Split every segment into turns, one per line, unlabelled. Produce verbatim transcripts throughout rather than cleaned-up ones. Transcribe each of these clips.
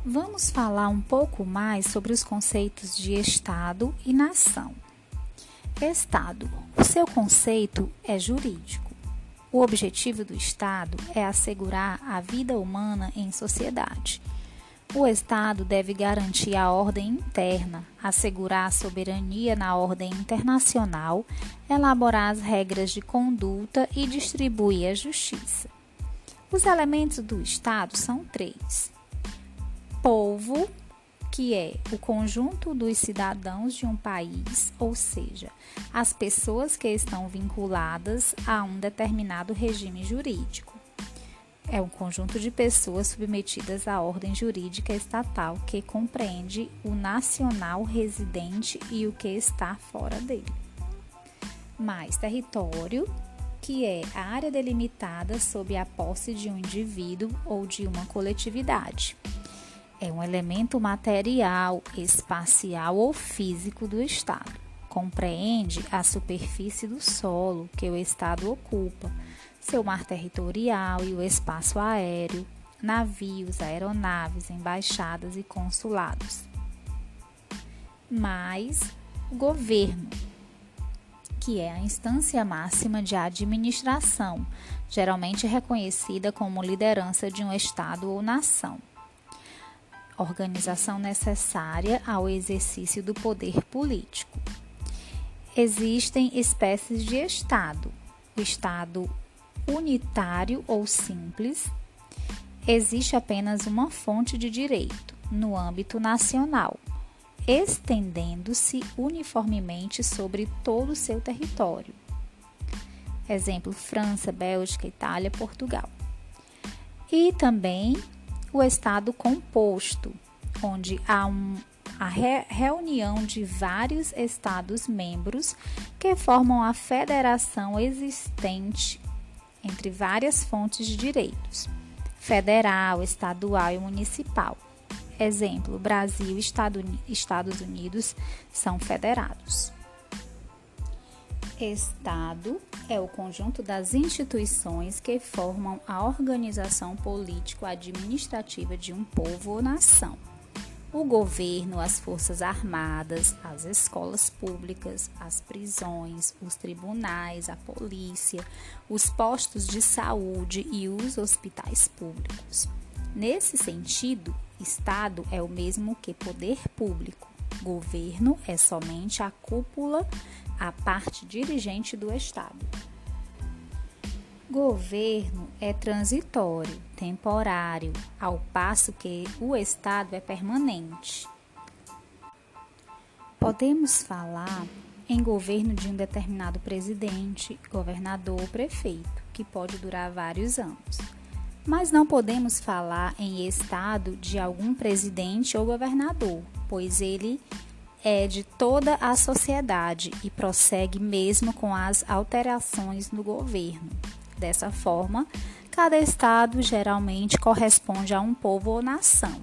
Vamos falar um pouco mais sobre os conceitos de Estado e nação. Estado. O seu conceito é jurídico. O objetivo do Estado é assegurar a vida humana em sociedade. O Estado deve garantir a ordem interna, assegurar a soberania na ordem internacional, elaborar as regras de conduta e distribuir a justiça. Os elementos do Estado são três. Povo, que é o conjunto dos cidadãos de um país, ou seja, as pessoas que estão vinculadas a um determinado regime jurídico. É um conjunto de pessoas submetidas à ordem jurídica estatal que compreende o nacional residente e o que está fora dele. Mais território, que é a área delimitada sob a posse de um indivíduo ou de uma coletividade. É um elemento material, espacial ou físico do Estado. Compreende a superfície do solo que o Estado ocupa, seu mar territorial e o espaço aéreo, navios, aeronaves, embaixadas e consulados. Mais o governo, que é a instância máxima de administração, geralmente reconhecida como liderança de um Estado ou nação. Organização necessária ao exercício do poder político. Existem espécies de Estado. O Estado unitário ou simples. Existe apenas uma fonte de direito, no âmbito nacional, estendendo-se uniformemente sobre todo o seu território. Exemplo, França, Bélgica, Itália, Portugal. E também o Estado composto, onde há um, a re, reunião de vários Estados-membros que formam a federação existente entre várias fontes de direitos, federal, estadual e municipal. Exemplo, Brasil e Estado, Estados Unidos são federados. Estado é o conjunto das instituições que formam a organização político-administrativa de um povo ou nação. O governo, as forças armadas, as escolas públicas, as prisões, os tribunais, a polícia, os postos de saúde e os hospitais públicos. Nesse sentido, Estado é o mesmo que poder público. Governo é somente a cúpula, a parte dirigente do Estado. Governo é transitório, temporário, ao passo que o Estado é permanente. Podemos falar em governo de um determinado presidente, governador ou prefeito, que pode durar vários anos. Mas não podemos falar em Estado de algum presidente ou governador, pois ele é de toda a sociedade e prossegue mesmo com as alterações no governo. Dessa forma, cada estado geralmente corresponde a um povo ou nação.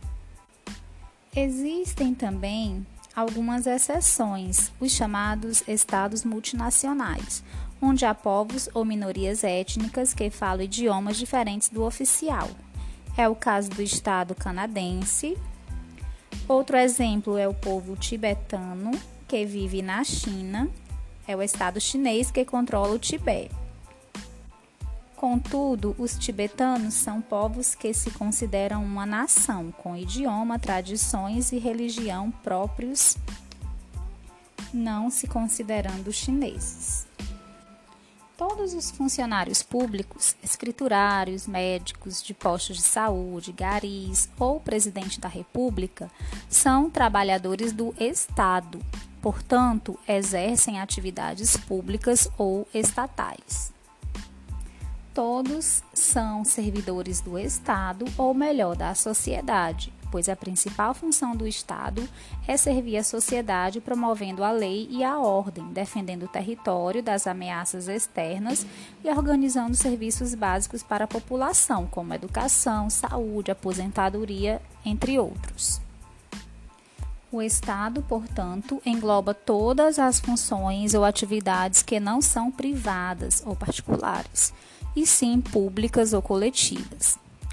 Existem também algumas exceções, os chamados estados multinacionais, onde há povos ou minorias étnicas que falam idiomas diferentes do oficial. É o caso do estado canadense. Outro exemplo é o povo tibetano, que vive na China. É o estado chinês que controla o Tibete. Contudo, os tibetanos são povos que se consideram uma nação, com idioma, tradições e religião próprios, não se considerando chineses. Todos os funcionários públicos, escriturários, médicos, de postos de saúde, garis ou presidente da República são trabalhadores do Estado, portanto, exercem atividades públicas ou estatais. Todos são servidores do Estado, ou melhor, da sociedade, pois a principal função do Estado é servir a sociedade promovendo a lei e a ordem, defendendo o território das ameaças externas e organizando serviços básicos para a população, como educação, saúde, aposentadoria, entre outros. O Estado, portanto, engloba todas as funções ou atividades que não são privadas ou particulares, e sim públicas ou coletivas.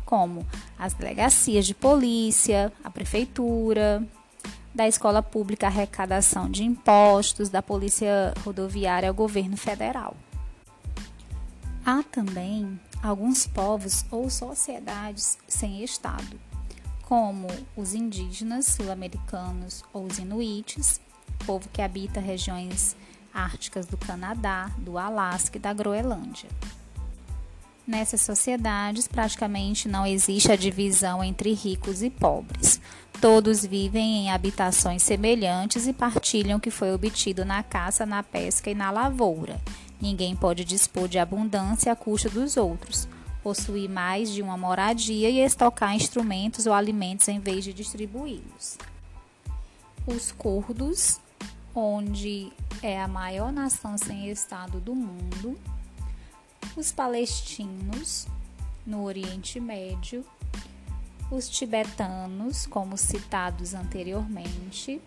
como as delegacias de polícia, a prefeitura, da escola pública, arrecadação de impostos, da polícia rodoviária ao governo federal. Há também alguns povos ou sociedades sem Estado, como os indígenas sul-americanos ou os inuites, povo que habita regiões árticas do Canadá, do Alasca e da Groenlândia. Nessas sociedades, praticamente não existe a divisão entre ricos e pobres. Todos vivem em habitações semelhantes e partilham o que foi obtido na caça, na pesca e na lavoura. Ninguém pode dispor de abundância à custa dos outros, possuir mais de uma moradia e estocar instrumentos ou alimentos em vez de distribuí-los. Os curdos, onde é a maior nação sem Estado do mundo, os palestinos, no Oriente Médio, os tibetanos, como citados anteriormente,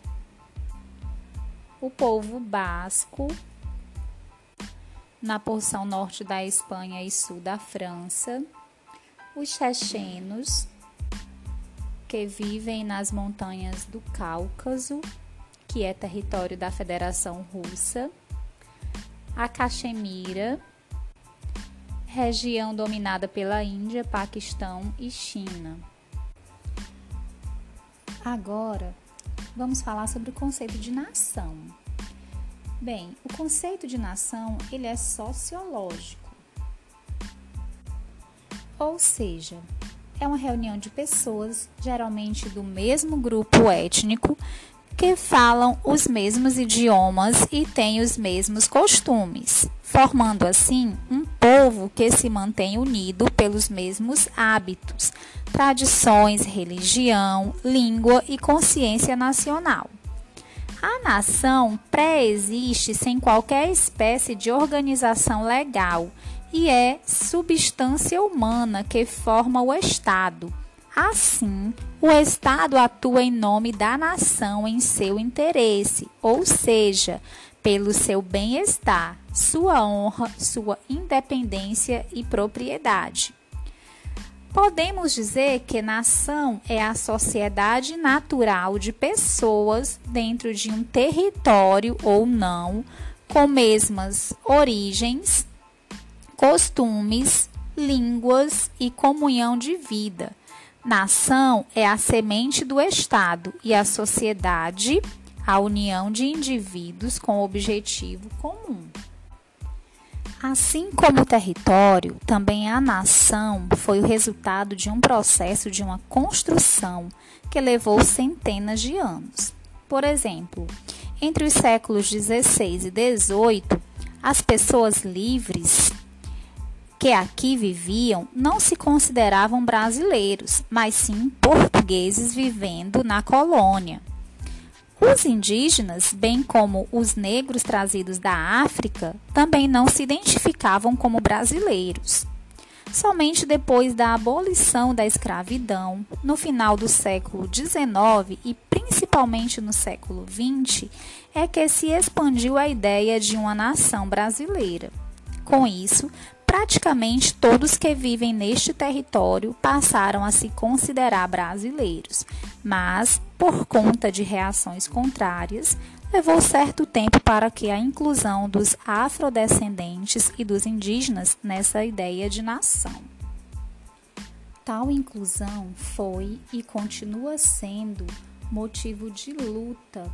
o povo basco, na porção norte da Espanha e sul da França, os chechenos, que vivem nas montanhas do Cáucaso, que é território da Federação Russa, a Caxemira, região dominada pela Índia, Paquistão e China. Agora, vamos falar sobre o conceito de nação. Bem, o conceito de nação, ele é sociológico. Ou seja, é uma reunião de pessoas, geralmente do mesmo grupo étnico, que falam os mesmos idiomas e têm os mesmos costumes, formando assim um povo que se mantém unido pelos mesmos hábitos, tradições, religião, língua e consciência nacional. A nação pré-existe sem qualquer espécie de organização legal e é substância humana que forma o Estado. Assim, o Estado atua em nome da nação em seu interesse, ou seja, pelo seu bem-estar, sua honra, sua independência e propriedade. Podemos dizer que nação é a sociedade natural de pessoas dentro de um território ou não, com mesmas origens, costumes, línguas e comunhão de vida. Nação é a semente do Estado e a sociedade, a união de indivíduos com objetivo comum. Assim como o território, também a nação foi o resultado de um processo de uma construção que levou centenas de anos. Por exemplo, entre os séculos dezesseis e dezoito, as pessoas livres que aqui viviam não se consideravam brasileiros, mas sim portugueses vivendo na colônia. Os indígenas, bem como os negros trazidos da África, também não se identificavam como brasileiros. Somente depois da abolição da escravidão, no final do século dezenove e principalmente no século vinte, é que se expandiu a ideia de uma nação brasileira. Com isso, praticamente todos que vivem neste território passaram a se considerar brasileiros, mas, por conta de reações contrárias, levou certo tempo para que a inclusão dos afrodescendentes e dos indígenas nessa ideia de nação. Tal inclusão foi e continua sendo motivo de luta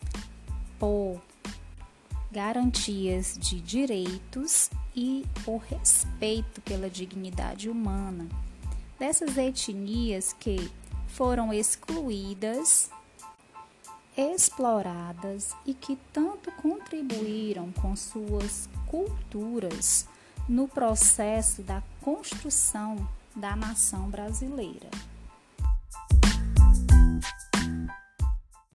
por garantias de direitos e por respeito pela dignidade humana dessas etnias que foram excluídas, exploradas e que tanto contribuíram com suas culturas no processo da construção da nação brasileira.